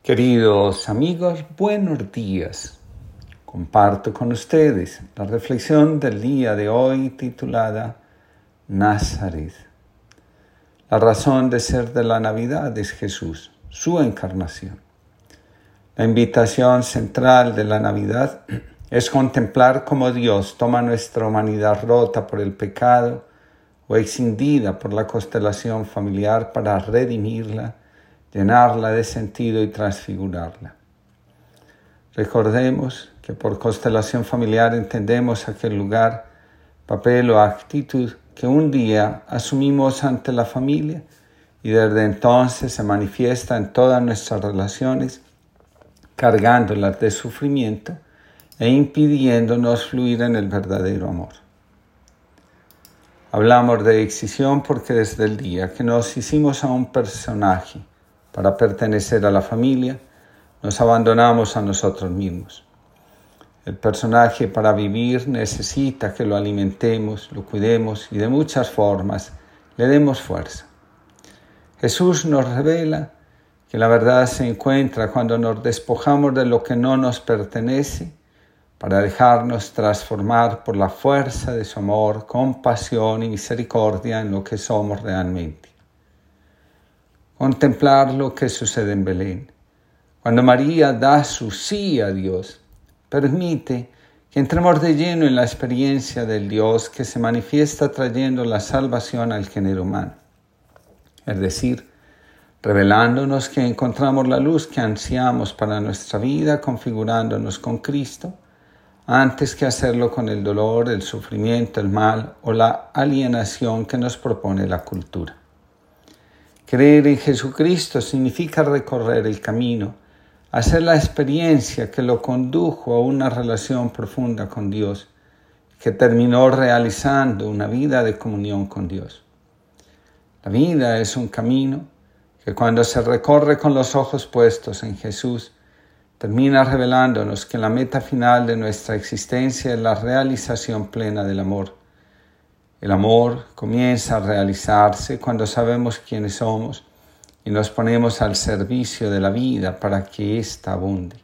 Queridos amigos, buenos días. Comparto con ustedes la reflexión del día de hoy titulada Nazaret. La razón de ser de la Navidad es Jesús, su encarnación. La invitación central de la Navidad es contemplar cómo Dios toma nuestra humanidad rota por el pecado o escindida por la constelación familiar para redimirla, llenarla de sentido y transfigurarla. Recordemos que por constelación familiar entendemos aquel lugar, papel o actitud que un día asumimos ante la familia y desde entonces se manifiesta en todas nuestras relaciones, cargándolas de sufrimiento e impidiéndonos fluir en el verdadero amor. Hablamos de excisión porque desde el día que nos hicimos a un personaje para pertenecer a la familia, nos abandonamos a nosotros mismos. El personaje para vivir necesita que lo alimentemos, lo cuidemos y de muchas formas le demos fuerza. Jesús nos revela que la verdad se encuentra cuando nos despojamos de lo que no nos pertenece para dejarnos transformar por la fuerza de su amor, compasión y misericordia en lo que somos realmente. Contemplar lo que sucede en Belén. Cuando María da su sí a Dios, permite que entremos de lleno en la experiencia del Dios que se manifiesta trayendo la salvación al género humano. Es decir, revelándonos que encontramos la luz que ansiamos para nuestra vida, configurándonos con Cristo, antes que hacerlo con el dolor, el sufrimiento, el mal o la alienación que nos propone la cultura. Creer en Jesucristo significa recorrer el camino, hacer la experiencia que lo condujo a una relación profunda con Dios, que terminó realizando una vida de comunión con Dios. La vida es un camino que cuando se recorre con los ojos puestos en Jesús, termina revelándonos que la meta final de nuestra existencia es la realización plena del amor. El amor comienza a realizarse cuando sabemos quiénes somos y nos ponemos al servicio de la vida para que ésta abunde.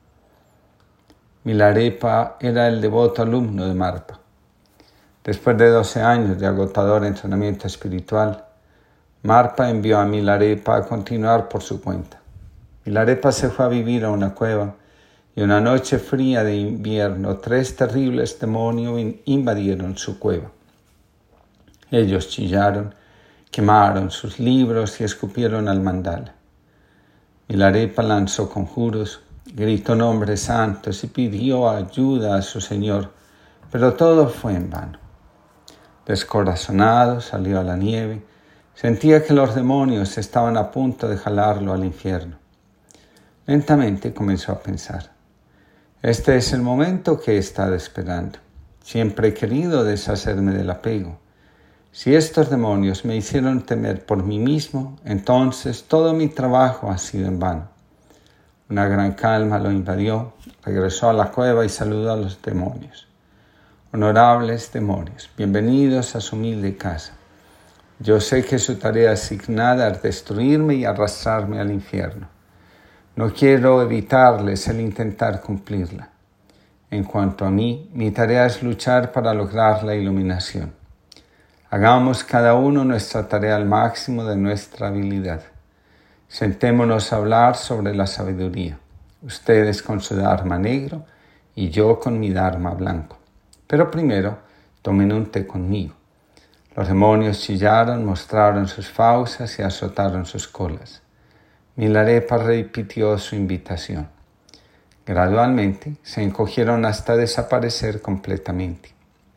Milarepa era el devoto alumno de Marpa. Después de 12 años de agotador entrenamiento espiritual, Marpa envió a Milarepa a continuar por su cuenta. Milarepa se fue a vivir a una cueva y una noche fría de invierno 3 terribles demonios invadieron su cueva. Ellos chillaron, quemaron sus libros y escupieron al mandala. Milarepa lanzó conjuros, gritó nombres santos y pidió ayuda a su Señor, pero todo fue en vano. Descorazonado salió a la nieve, sentía que los demonios estaban a punto de jalarlo al infierno. Lentamente comenzó a pensar, este es el momento que he estado esperando. Siempre he querido deshacerme del apego. Si estos demonios me hicieron temer por mí mismo, entonces todo mi trabajo ha sido en vano. Una gran calma lo invadió, regresó a la cueva y saludó a los demonios. Honorables demonios, bienvenidos a su humilde casa. Yo sé que su tarea asignada es destruirme y arrastrarme al infierno. No quiero evitarles el intentar cumplirla. En cuanto a mí, mi tarea es luchar para lograr la iluminación. Hagamos cada uno nuestra tarea al máximo de nuestra habilidad. Sentémonos a hablar sobre la sabiduría, ustedes con su dharma negro y yo con mi dharma blanco. Pero primero, tomen un té conmigo. Los demonios chillaron, mostraron sus fauces y azotaron sus colas. Milarepa repitió su invitación. Gradualmente se encogieron hasta desaparecer completamente.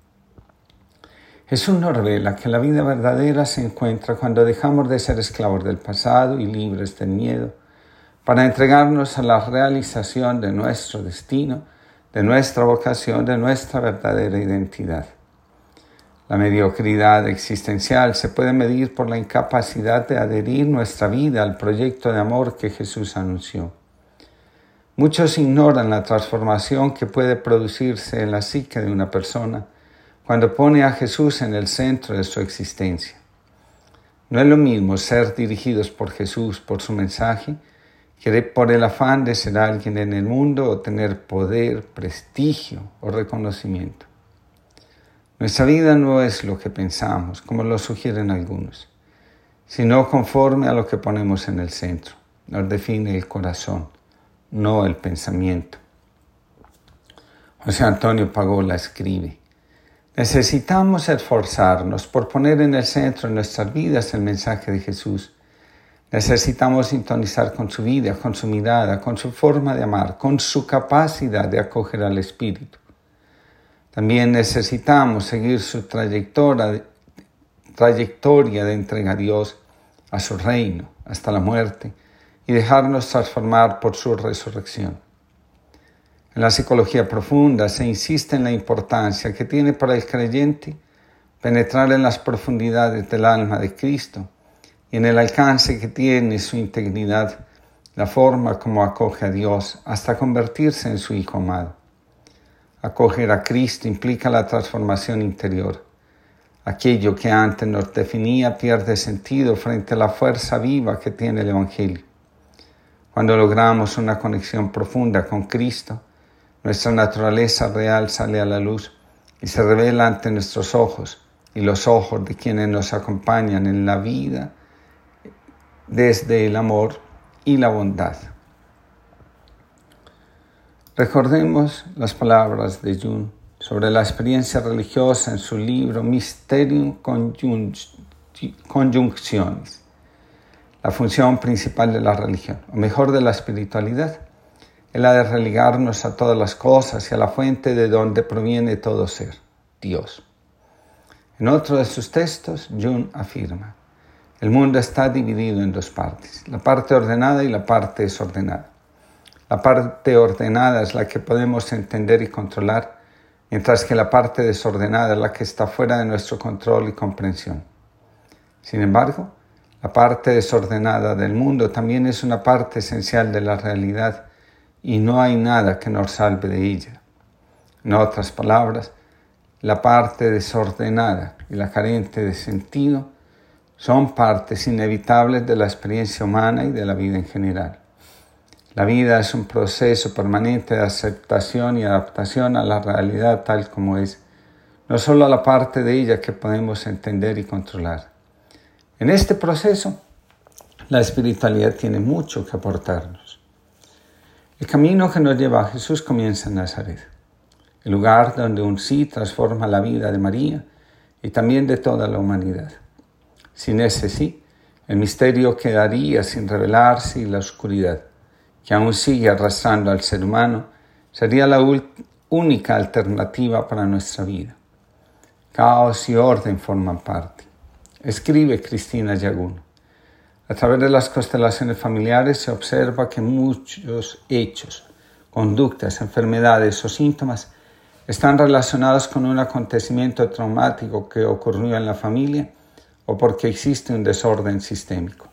Jesús nos revela que la vida verdadera se encuentra cuando dejamos de ser esclavos del pasado y libres del miedo para entregarnos a la realización de nuestro destino, de nuestra vocación, de nuestra verdadera identidad. La mediocridad existencial se puede medir por la incapacidad de adherir nuestra vida al proyecto de amor que Jesús anunció. Muchos ignoran la transformación que puede producirse en la psique de una persona cuando pone a Jesús en el centro de su existencia. No es lo mismo ser dirigidos por Jesús, por su mensaje, quiere por el afán de ser alguien en el mundo o tener poder, prestigio o reconocimiento. Nuestra vida no es lo que pensamos, como lo sugieren algunos, sino conforme a lo que ponemos en el centro. Nos define el corazón, no el pensamiento. José Antonio Pagola escribe: necesitamos esforzarnos por poner en el centro de nuestras vidas el mensaje de Jesús. Necesitamos sintonizar con su vida, con su mirada, con su forma de amar, con su capacidad de acoger al Espíritu. También necesitamos seguir su trayectoria de entrega a Dios, a su reino, hasta la muerte, y dejarnos transformar por su resurrección. En la psicología profunda se insiste en la importancia que tiene para el creyente penetrar en las profundidades del alma de Cristo y en el alcance que tiene su integridad, la forma como acoge a Dios hasta convertirse en su Hijo amado. Acoger a Cristo implica la transformación interior. Aquello que antes nos definía pierde sentido frente a la fuerza viva que tiene el Evangelio. Cuando logramos una conexión profunda con Cristo, nuestra naturaleza real sale a la luz y se revela ante nuestros ojos y los ojos de quienes nos acompañan en la vida desde el amor y la bondad. Recordemos las palabras de Jung sobre la experiencia religiosa en su libro Mysterium Conjunctionis. La función principal de la religión, o mejor de la espiritualidad, es la de religarnos a todas las cosas y a la fuente de donde proviene todo ser, Dios. En otro de sus textos, Jung afirma: el mundo está dividido en dos partes, la parte ordenada y la parte desordenada. La parte ordenada es la que podemos entender y controlar, mientras que la parte desordenada es la que está fuera de nuestro control y comprensión. Sin embargo, la parte desordenada del mundo también es una parte esencial de la realidad y no hay nada que nos salve de ella. En otras palabras, la parte desordenada y la carente de sentido son partes inevitables de la experiencia humana y de la vida en general. La vida es un proceso permanente de aceptación y adaptación a la realidad tal como es, no solo a la parte de ella que podemos entender y controlar. En este proceso, la espiritualidad tiene mucho que aportarnos. El camino que nos lleva a Jesús comienza en Nazaret, el lugar donde un sí transforma la vida de María y también de toda la humanidad. Sin ese sí, el misterio quedaría sin revelarse y la oscuridad, que aún sigue arrastrando al ser humano, sería la única alternativa para nuestra vida. Caos y orden forman parte. Escribe Cristina Yaguno: a través de las constelaciones familiares se observa que muchos hechos, conductas, enfermedades o síntomas están relacionados con un acontecimiento traumático que ocurrió en la familia o porque existe un desorden sistémico.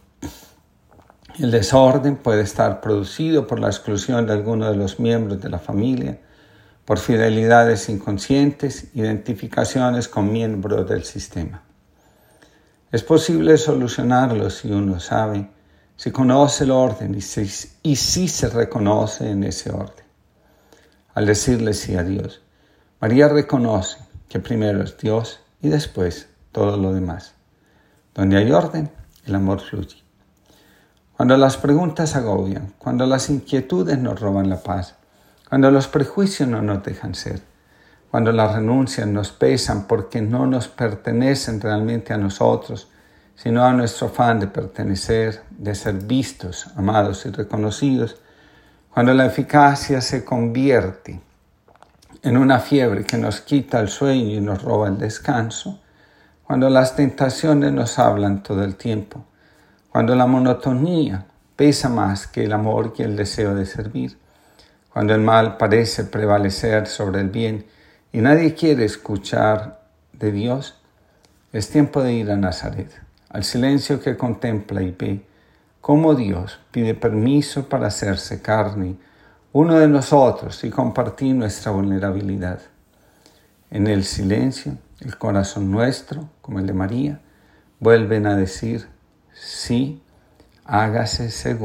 El desorden puede estar producido por la exclusión de alguno de los miembros de la familia, por fidelidades inconscientes, identificaciones con miembros del sistema. Es posible solucionarlo si uno sabe, si conoce el orden y si se reconoce en ese orden. Al decirle sí a Dios, María reconoce que primero es Dios y después todo lo demás. Donde hay orden, el amor fluye. Cuando las preguntas agobian, cuando las inquietudes nos roban la paz, cuando los prejuicios no nos dejan ser, cuando las renuncias nos pesan porque no nos pertenecen realmente a nosotros, sino a nuestro afán de pertenecer, de ser vistos, amados y reconocidos, cuando la eficacia se convierte en una fiebre que nos quita el sueño y nos roba el descanso, cuando las tentaciones nos hablan todo el tiempo, cuando la monotonía pesa más que el amor y el deseo de servir, cuando el mal parece prevalecer sobre el bien y nadie quiere escuchar de Dios, es tiempo de ir a Nazaret, al silencio que contempla y ve cómo Dios pide permiso para hacerse carne, uno de nosotros, y compartir nuestra vulnerabilidad. En el silencio, el corazón nuestro, como el de María, vuelven a decir: sí, hágase según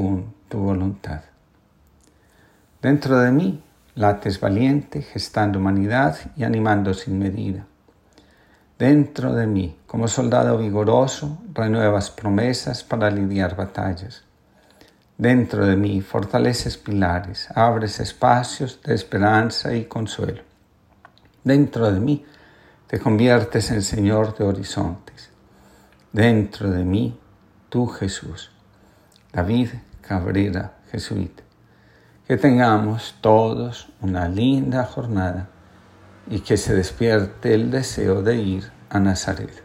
tu voluntad. Dentro de mí lates valiente, gestando humanidad y animando sin medida. Dentro de mí, como soldado vigoroso, renuevas promesas para lidiar batallas. Dentro de mí fortaleces pilares, abres espacios de esperanza y consuelo. Dentro de mí te conviertes en Señor de horizontes. Dentro de mí, tú Jesús, David Cabrera, jesuita. Que tengamos todos una linda jornada y que se despierte el deseo de ir a Nazaret.